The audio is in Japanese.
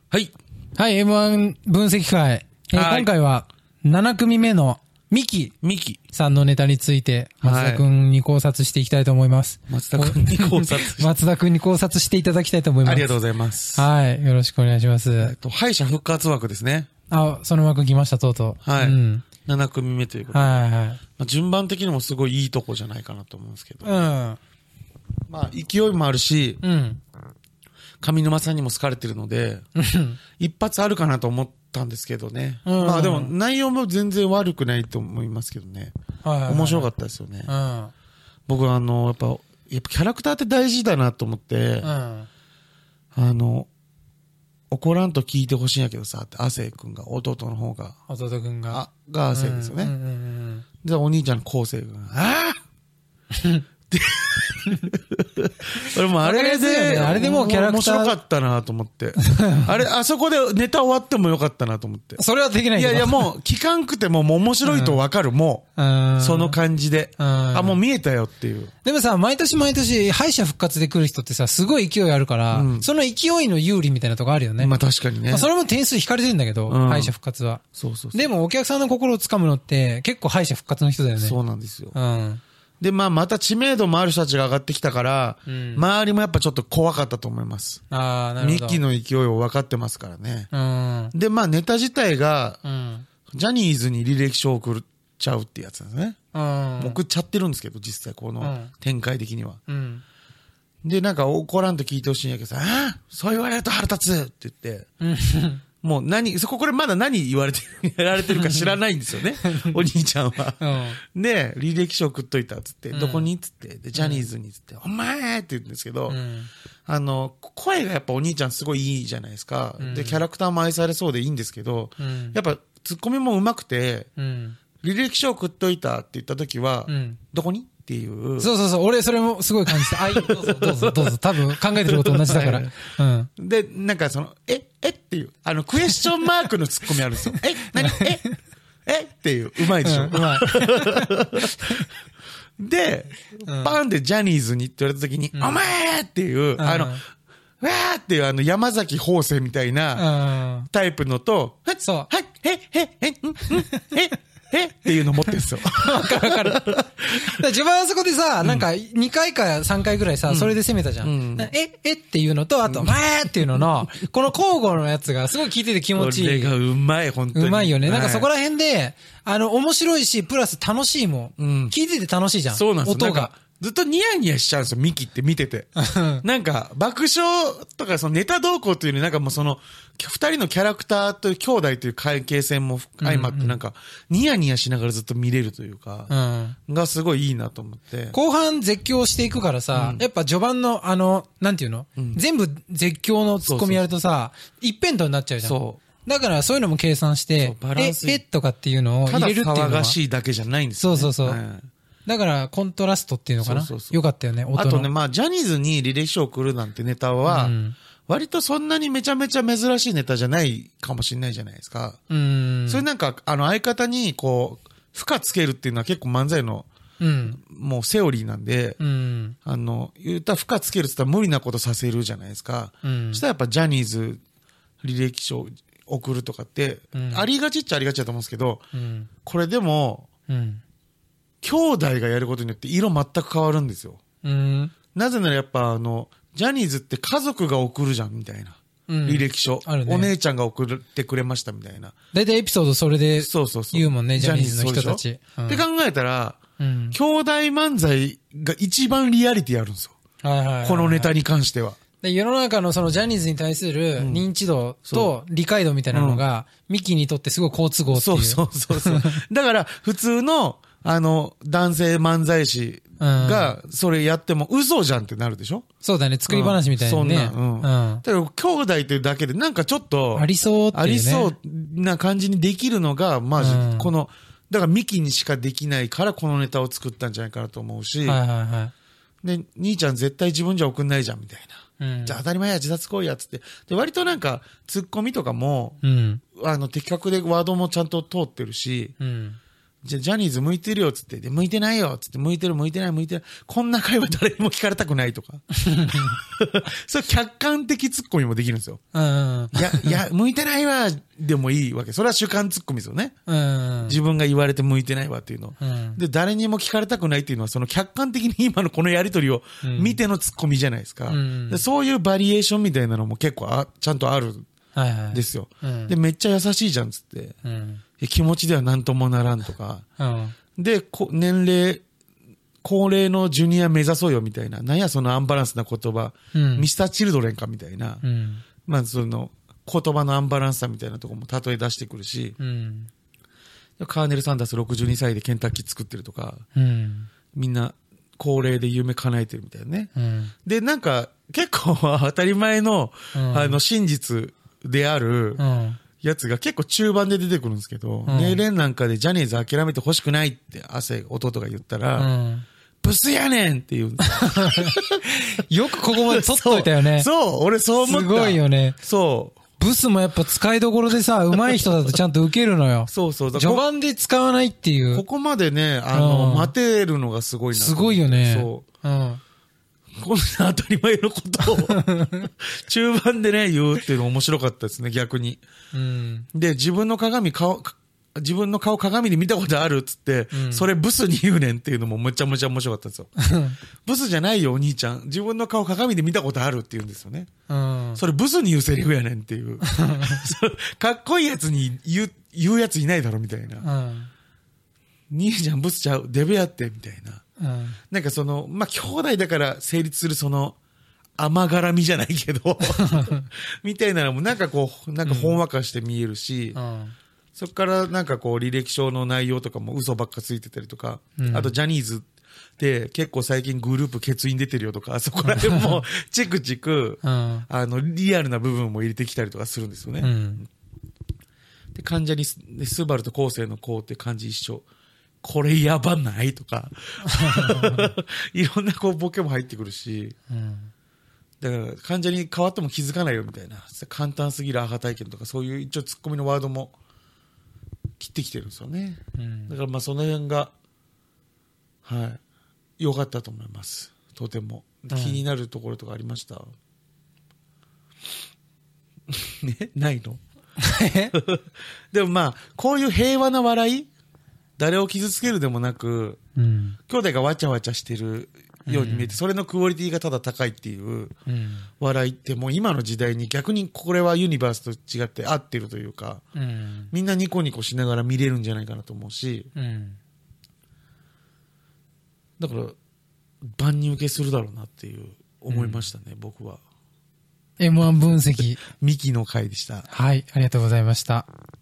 はい。 はい、M1 分析会。今回は7組目のミキさんのネタについて、松田くんに考察していきたいと思います。 松田くんに考察松田くんに考察していただきたいと思います。 ありがとうございます。 はい、よろしくお願いします。 敗者復活枠ですね。 あ、その枠来ました、とうとう。はい。うん、7組目ということで。 はいはい。 まあ、順番的にもすごいいいとこじゃないかなと思うんですけど。 うん。 まあ、勢いもあるし、うん。上沼さんにも好かれてるので、一発あるかなと思ったんですけどね。うん、まあでも内容も全然悪くないと思いますけどね。はいはいはい、面白かったですよね。うん、僕やっぱキャラクターって大事だなと思って、うん、怒らんと聞いてほしいんやけどさ、って亜生くんが、弟の方が。 弟くんが。 が亜生ですよね。で、お兄ちゃんの昴生が、ああって俺もあれで、 あれでもうキャラクター面白かったなと思って。あそこでネタ終わってもよかったなと思って。 それはできないんだ。 いやもう、聞かんくても面白いとわかる、もう。その感じで。もう見えたよっていう。 でもさ、毎年敗者復活で来る人ってさ、すごい勢いあるから、その勢いの有利みたいなとこあるよね。 まあ確かにね。 まあそれも点数引かれてるんだけど、敗者復活は。 そう。 でもお客さんの心をつかむのって結構敗者復活の人だよね。 そうなんですよ。で、また知名度もある人たちが上がってきたから、周りもやっぱちょっと怖かったと思います。 なるほど。 ミキの勢いを分かってますからね。で、ネタ自体が、ジャニーズに履歴書を送っちゃうってやつなんですね。送っちゃってるんですけど、実際この展開的には。で、怒らんと聞いてほしいんやけどさ、そう言われると腹立つって言って、もうこれまだ何やられてるか知らないんですよね。お兄ちゃんは。で、履歴書送っといたっつって、どこにっつって、で、ジャニーズにっつって、お前って言うんですけど、声がやっぱお兄ちゃんすごいいいじゃないですか。で、キャラクターも愛されそうでいいんですけど、やっぱツッコミも上手くて、履歴書送っといたって言った時は、どこにっていう。 そう。俺、それもすごい感じた。どうぞ。多分考えてること同じだから。 で、っていう、クエスチョンマークのツッコミあるんですよ。何っていう、うまいでしょ。うまい。で、パンでジャニーズにって言われた時に、お前っていう、わーっていう山崎邦生みたいなタイプのと、 そう。 っていうの持ってるんですよ。 わかる。自分はそこでさ、2回か3回ぐらいさ、それで攻めたじゃん。っていうのと、あと、っていうのの、この交互のやつがすごい聞いてて気持ちいい。 これがうまい、本当に。 うまいよね。そこら辺で、面白いし、プラス楽しいもん。聞いてて楽しいじゃん。 そうなんですよ。 音が。 ずっとニヤニヤしちゃうんですよ、ミキって見てて。爆笑とかそのネタ動向というよりも二人のキャラクターと兄弟という関係性も相まってニヤニヤしながらずっと見れるというか、がすごいいいなと思って。 後半絶叫していくからさ、やっぱ序盤のなんていうの、全部絶叫のツッコミやるとさ、一辺倒になっちゃうじゃん。そう。だからそういうのも計算して、とかっていうのを入れるっていうのは。 ただ騒がしいだけじゃないんですよね。 そう。だから、コントラストっていうのかな。よかったよね、音の。 あとね、ジャニーズに履歴書を送るなんてネタは、割とそんなにめちゃめちゃ珍しいネタじゃないかもしれないじゃないですか。それ相方に負荷つけるっていうのは結構漫才の、もうセオリーなんで、言ったら負荷つけるって言ったら無理なことさせるじゃないですか。そしたらやっぱジャニーズ履歴書送るとかって、ありがちっちゃありがちだと思うんですけど、これでも、兄弟がやることによって色全く変わるんですよ。なぜならやっぱジャニーズって家族が送るじゃんみたいな。履歴書、お姉ちゃんが送ってくれましたみたいな。 だいたいエピソードそれで言うもんね、ジャニーズの人たち。 って考えたら、兄弟漫才が一番リアリティあるんですよ。このネタに関しては。 世の中のそのジャニーズに対する認知度と理解度みたいなのが、ミキにとってすごい好都合っていう。 そう。だから普通の男性漫才師が、それやっても嘘じゃんってなるでしょ？ そうだね、作り話みたいなね。 そんな、だから兄弟というだけでちょっと、 ありそうっていうね。 ありそうな感じにできるのが、マジ、だからミキにしかできないからこのネタを作ったんじゃないかなと思うし、で、兄ちゃん絶対自分じゃ送んないじゃんみたいな。じゃあ当たり前や、自殺行為やっつって。で、割とツッコミとかも、的確でワードもちゃんと通ってるし、 ジャニーズ向いてるよっつって、で、向いてないよっつって、向いてる。こんな会話誰にも聞かれたくないとか。それ客観的ツッコミもできるんですよ。いや、向いてないわ、でもいいわけ。それは主観ツッコミですよね。自分が言われて向いてないわっていうの。で、誰にも聞かれたくないっていうのは、その客観的に今のこのやりとりを見てのツッコミじゃないですか。でそういうバリエーションみたいなのも結構ちゃんとあるんですよ。で、めっちゃ優しいじゃんっつって。気持ちでは何ともならんとか。で、年齢、高齢のジュニア目指そうよみたいな。なんやそのアンバランスな言葉。ミスターチルドレンかみたいな。まあその言葉のアンバランスさみたいなところも例え出してくるし。カーネル・サンダース62歳でケンタッキー作ってるとか。みんな高齢で夢叶えてるみたいなね。で、なんか結構当たり前の、真実である、やつが結構中盤で出てくるんですけど、ネレンなんかでジャニーズ諦めて欲しくないって弟が言ったら、ブスやねんって言うんですよ。 よくここまで取っといたよね。 そう、俺そう思った。 すごいよね。 そう。 ブスもやっぱ使いどころでさ、上手い人だとちゃんと受けるのよ。 そう。 序盤で使わないっていう。 ここまでね、待てるのがすごいな。 すごいよね。 そう。こんな当たり前のことを中盤でね、言うっていうの面白かったですね、逆に。で、自分の顔鏡で見たことあるっつって、それブスに言うねんっていうのもめちゃめちゃ面白かったですよ。ブスじゃないよ、お兄ちゃん。自分の顔鏡で見たことあるって言うんですよね。それブスに言うセリフやねんっていう。かっこいいやつに言うやついないだろ、みたいな。兄ちゃんブスちゃう、デブやって、みたいな。なんかその、まあ、兄弟だから成立するその、甘絡みじゃないけど、みたいなのもなんかこう、なんかほんわかして見えるし、そこからなんかこう履歴書の内容とかも嘘ばっかついてたりとか、あとジャニーズって結構最近グループ欠員出てるよとか、そこら辺もチクチク、リアルな部分も入れてきたりとかするんですよね。で、患者にスバルと後世のこうって漢字一緒。これやばないとか、いろんなこうボケも入ってくるし、だから患者に変わっても気づかないよみたいな、簡単すぎるアハ体験とかそういう一応ツッコミのワードも切ってきてるんですよね。だからまあその辺が、はい、良かったと思います。とても。気になるところとかありました？ね、ないの？でもまあ、こういう平和な笑い、誰を傷つけるでもなく、兄弟がわちゃわちゃしてるように見えて、それのクオリティがただ高いっていう笑いってもう今の時代に逆にこれはユニバースと違って合ってるというか、みんなニコニコしながら見れるんじゃないかなと思うし、だから万人受けするだろうなっていう思いましたね、僕は。 M1 分析。 ミキの回でした。 はい、ありがとうございました。